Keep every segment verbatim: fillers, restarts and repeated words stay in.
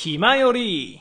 気まより。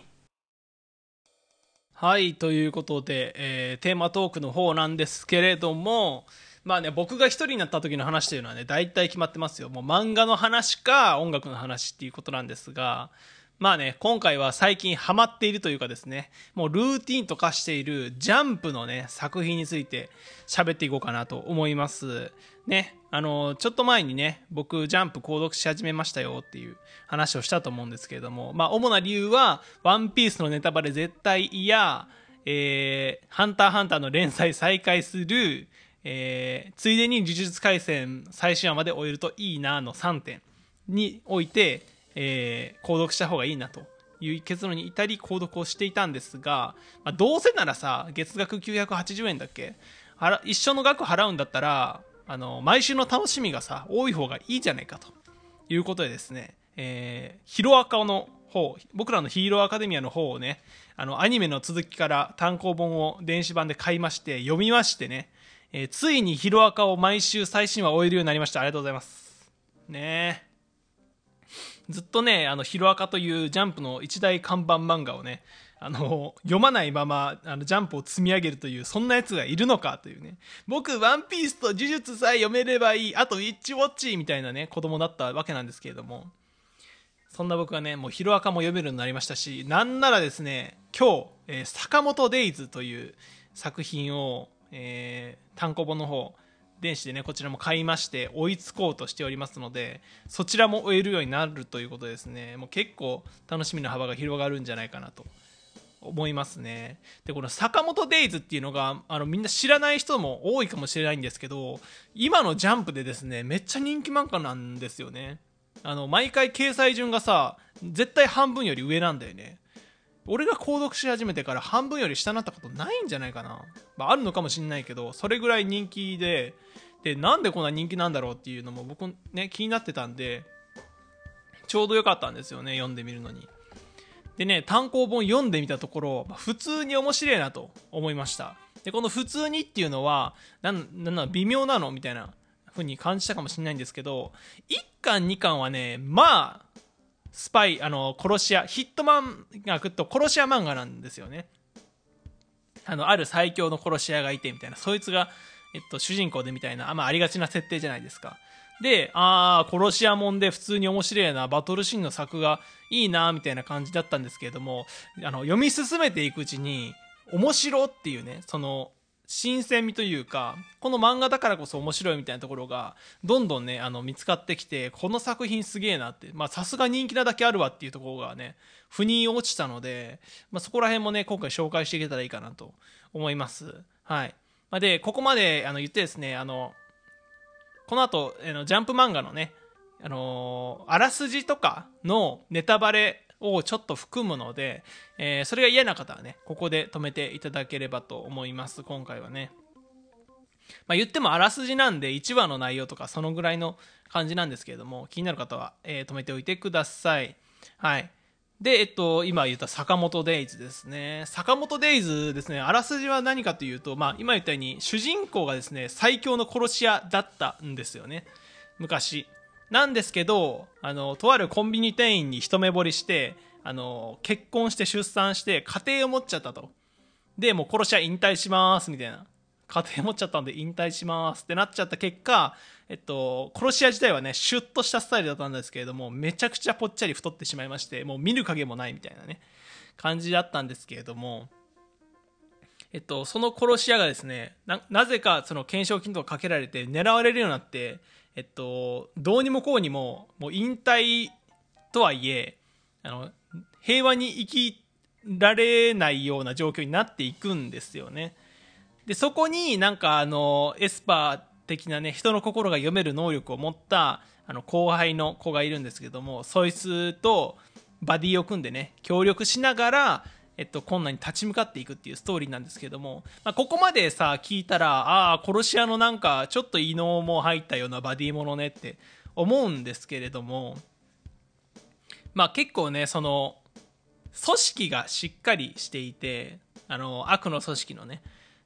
はい、ということで、えーテーマトークの方なんですけれども、まあね、僕が一人になった時の話というのはね、大体決まってますよ。もう漫画の話か音楽の話っていうことなんですが、まあね、今回は最近ハマっているというかですね、もうルーティンと化しているジャンプのね、作品について喋っていこうかなと思います。ね、あの、ちょっと前にね、僕ジャンプ購読し始めましたよっていう話をしたと思うんですけれども、まあ主な理由は、ワンピースのネタバレ絶対嫌、えー、ハンターハンターの連載再開する、えー、ついでに呪術廻戦最終話まで終えるといいなのさんてんにおいて、えー、購読した方がいいなという結論に至り購読をしていたんですが、まあ、どうせならさ、月額きゅうひゃくはちじゅうえんだっけ、一緒の額払うんだったら、あの毎週の楽しみがさ多い方がいいじゃないかということでですね、えー、ヒロアカの方、僕らのヒーローアカデミアの方をね、あのアニメの続きから単行本を電子版で買いまして読みましてね、えー、ついにヒロアカを毎週最新話終えるようになりました。ありがとうございますね。ずっとね、あのヒロアカというジャンプの一大看板漫画をね、あの読まないままあのジャンプを積み上げるという、そんなやつがいるのかというね、僕ワンピースと呪術さえ読めればいい、あとウィッチウォッチみたいなね子供だったわけなんですけれども、そんな僕はね、もうヒロアカも読めるようになりましたし、なんならですね、今日、えー、坂本デイズという作品を、えー、単行本の方電子でね、こちらも買いまして追いつこうとしておりますので、そちらも終えるようになるということですね。もう結構楽しみの幅が広がるんじゃないかなと思いますね。で、この坂本デイズっていうのが、あのみんな知らない人も多いかもしれないんですけど、今のジャンプでですね、めっちゃ人気漫画なんですよね。あの毎回掲載順がさ、絶対半分より上なんだよね。俺が購読し始めてから半分より下になったことないんじゃないかな。まあ、あるのかもしれないけど、それぐらい人気で、で、なんでこんな人気なんだろうっていうのも僕ね、気になってたんで、ちょうど良かったんですよね、読んでみるのに。でね、単行本読んでみたところ、普通に面白いなと思いました。で、この普通にっていうのは、なん、なんな微妙なのみたいな風に感じたかもしれないんですけど、いっかんにかんはね、まあ、スパイ、あの、殺し屋、ヒットマンが来ると殺し屋漫画なんですよね。あの、ある最強の殺し屋がいてみたいな、そいつが、えっと、主人公でみたいな、あ、まあ、ありがちな設定じゃないですか。で、あー、殺し屋もんで普通に面白いな、バトルシーンの作がいいな、みたいな感じだったんですけれども、あの、読み進めていくうちに、面白っていうね、その、新鮮味というか、この漫画だからこそ面白いみたいなところがどんどんね、あの見つかってきて、この作品すげえなって、まあさすが人気なだけあるわっていうところがね、腑に落ちたので、まあ、そこら辺もね今回紹介していけたらいいかなと思います。はい。まあ、でここまであの言ってですね、あのこの後あのジャンプ漫画のね、あのーあらすじとかのネタバレをちょっと含むので、えーそれが嫌な方はねここで止めていただければと思います。今回はね、まあ、言ってもあらすじなんでいちわの内容とかそのぐらいの感じなんですけれども、気になる方は、えー止めておいてください。はい。で、えっと、今言った坂本デイズですね。坂本デイズですね、あらすじは何かというと、まあ、今言ったように、主人公がですね、最強の殺し屋だったんですよね。昔。なんですけど、あの、とあるコンビニ店員に一目惚れして、あの、結婚して出産して家庭を持っちゃったと。で、もう殺し屋引退しますみたいな。家庭持っちゃったんで引退しますってなっちゃった結果、えっと、殺し屋自体はね、シュッとしたスタイルだったんですけれども、めちゃくちゃぽっちゃり太ってしまいまして、もう見る影もないみたいなね、感じだったんですけれども、えっと、その殺し屋がですね、な、なぜかその懸賞金とかかけられて狙われるようになって、えっと、どうにもこうにも、もう引退とはいえ、あの、平和に生きられないような状況になっていくんですよね。で、そこになんかあの、エスパー的なね、人の心が読める能力を持った、あの、後輩の子がいるんですけども、そいつとバディを組んでね、協力しながら、えっと、困難に立ち向かっていくっていうストーリーなんですけども、まあ、ここまでさ、聞いたら、ああ、殺し屋のなんか、ちょっと異能も入ったようなバディものねって思うんですけれども、まあ結構ね、その、組織がしっかりしていて、あの、悪の組織のね、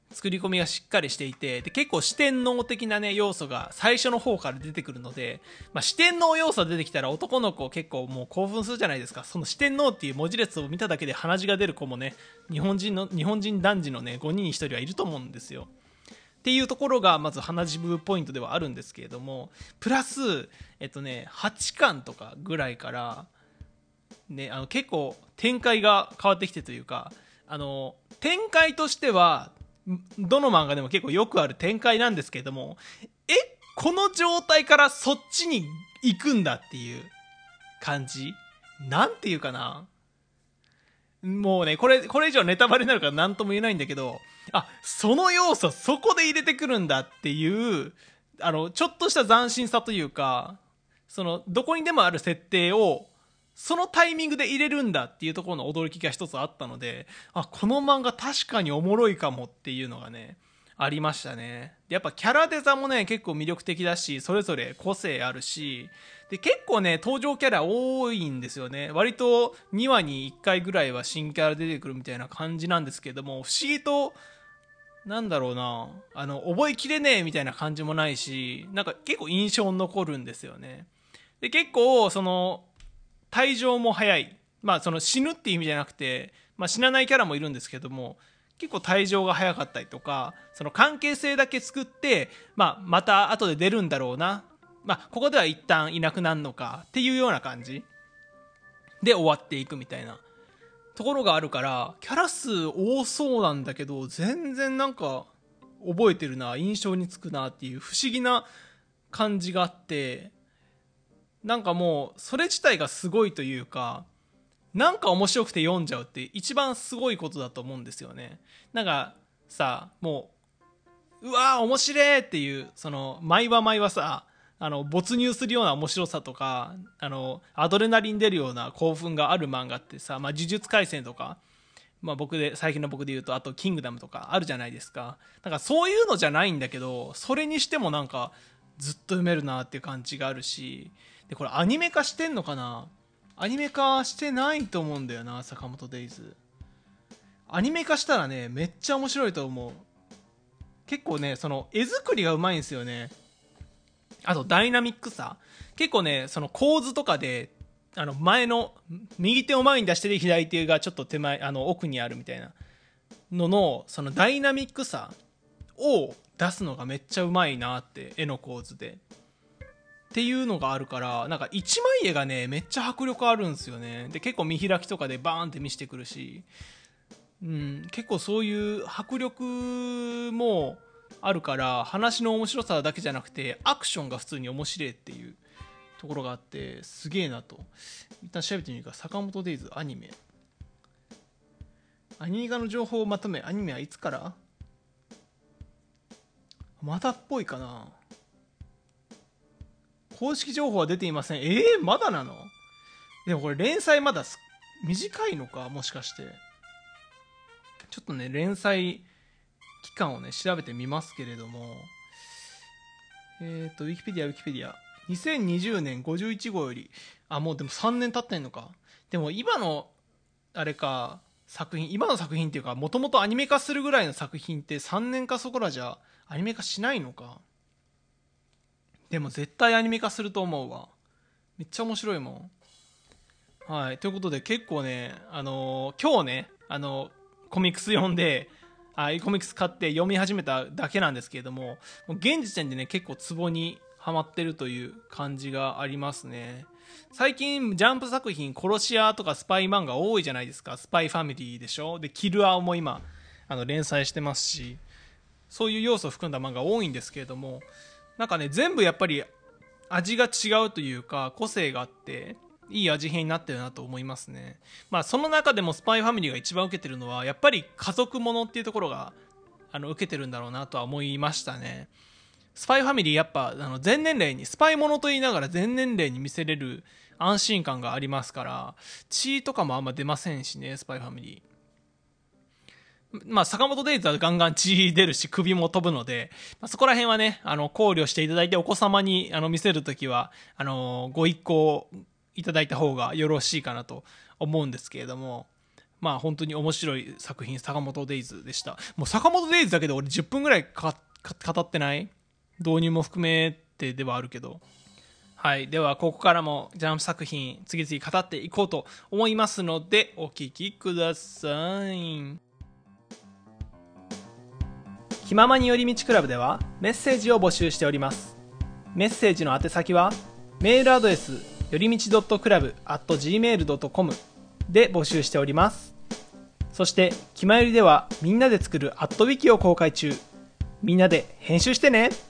作り込みがしっかりしていて、で結構四天王的なね要素が最初の方から出てくるので、まあ、四天王要素が出てきたら男の子結構もう興奮するじゃないですか。その四天王っていう文字列を見ただけで鼻血が出る子もね、日本人の日本人男児のねごにんにひとりはいると思うんですよ。っていうところがまず鼻血部ポイントではあるんですけれども、プラスえっとねはちかんとかぐらいからね、あの結構展開が変わってきてというか、あの展開としてはどの漫画でも結構よくある展開なんですけれども、えこの状態からそっちに行くんだっていう感じ、なんていうかな、もうねこれこれ以上ネタバレになるから何とも言えないんだけど、あその要素そこで入れてくるんだっていう、あのちょっとした斬新さというか、そのどこにでもある設定をそのタイミングで入れるんだっていうところの驚きが一つあったので、あこの漫画確かにおもろいかもっていうのがねありましたね。やっぱキャラデザもね結構魅力的だし、それぞれ個性あるし、で結構ね登場キャラ多いんですよね。割とにわにいっかいぐらいは新キャラ出てくるみたいな感じなんですけども、不思議となんだろうな、あの覚えきれねえみたいな感じもないし、なんか結構印象に残るんですよね。で結構その退場も早い、まあその死ぬっていう意味じゃなくて、まあ、死なないキャラもいるんですけども、結構退場が早かったりとか、その関係性だけ作って、まあ、また後で出るんだろうな、まあ、ここでは一旦いなくなるのかっていうような感じで終わっていくみたいなところがあるから、キャラ数多そうなんだけど全然なんか覚えてるな、印象につくなっていう不思議な感じがあって、なんかもうそれ自体がすごいというか、なんか面白くて読んじゃうって一番すごいことだと思うんですよね。なんかさ、もううわー面白いっていう、その毎話毎話さ、あの没入するような面白さとか、あのアドレナリン出るような興奮がある漫画ってさ、まあ、呪術廻戦とか、まあ、僕で最近の僕で言うと、あとキングダムとかあるじゃないですか。なんかそういうのじゃないんだけど、それにしてもなんかずっと読めるなっていう感じがあるし、でこれアニメ化してんのかな、アニメ化してないと思うんだよな、坂本デイズ。アニメ化したらねめっちゃ面白いと思う。結構ねその絵作りがうまいんですよね。あとダイナミックさ、結構ねその構図とかで、あの前の右手を前に出してて左手がちょっと手前、あの奥にあるみたいなののそのダイナミックさを出すのがめっちゃうまいなって、絵の構図でっていうのがあるから、なんか一枚絵がねめっちゃ迫力あるんですよね。で結構見開きとかでバーンって見せてくるし、うん、結構そういう迫力もあるから、話の面白さだけじゃなくてアクションが普通に面白いっていうところがあって、すげえなと。一旦調べてみるか。坂本デイズアニメ、アニメ化の情報をまとめ。アニメはいつから、まだっぽいかな。公式情報は出ていません。えー、まだなの？でもこれ連載まだ短いのか、もしかして。ちょっとね連載期間をね調べてみますけれども、えっとウィキペディアウィキペディアにせんにじゅうねんごじゅういち号より、あもうでもさんねん経ってんのか。でも今のあれか作品、今の作品っていうかもともとアニメ化するぐらいの作品ってさんねんかそこらじゃアニメ化しないのか。でも絶対アニメ化すると思うわ。めっちゃ面白いもん。はい、ということで結構ね、あのー、今日ね、あのー、コミックス読んで、あコミックス買って読み始めただけなんですけれども、もう現時点でね結構ツボにハマってるという感じがありますね。最近ジャンプ作品殺し屋とかスパイ漫画多いじゃないですか。スパイファミリーでしょ。でキルアーも今あの連載してますし、そういう要素を含んだ漫画多いんですけれども、なんかね全部やっぱり味が違うというか個性があっていい味変になってるなと思いますね。まあその中でもスパイファミリーが一番受けてるのはやっぱり家族ものっていうところがあの受けてるんだろうなとは思いましたね。スパイファミリーやっぱあの全年齢に、スパイものと言いながら全年齢に見せれる安心感がありますから、血とかもあんま出ませんしね、スパイファミリー。まあ、坂本デイズはガンガン血出るし首も飛ぶので、まあ、そこら辺はねあの考慮していただいて、お子様にあの見せるときはあのご一考いただいた方がよろしいかなと思うんですけれども、 まあ本当に面白い作品、坂本デイズでした。もう坂本デイズだけで俺じゅっぷんぐらいかか語ってない？導入も含めてではあるけど。はい。では、ここからもジャンプ作品、次々語っていこうと思いますので、お聞きください。気ままに寄り道クラブでは、メッセージを募集しております。メッセージの宛先は、メールアドレス、よりみち .club アット ジーメール ドットコム で募集しております。そして、気まよりでは、みんなで作るアットウィキを公開中。みんなで編集してね。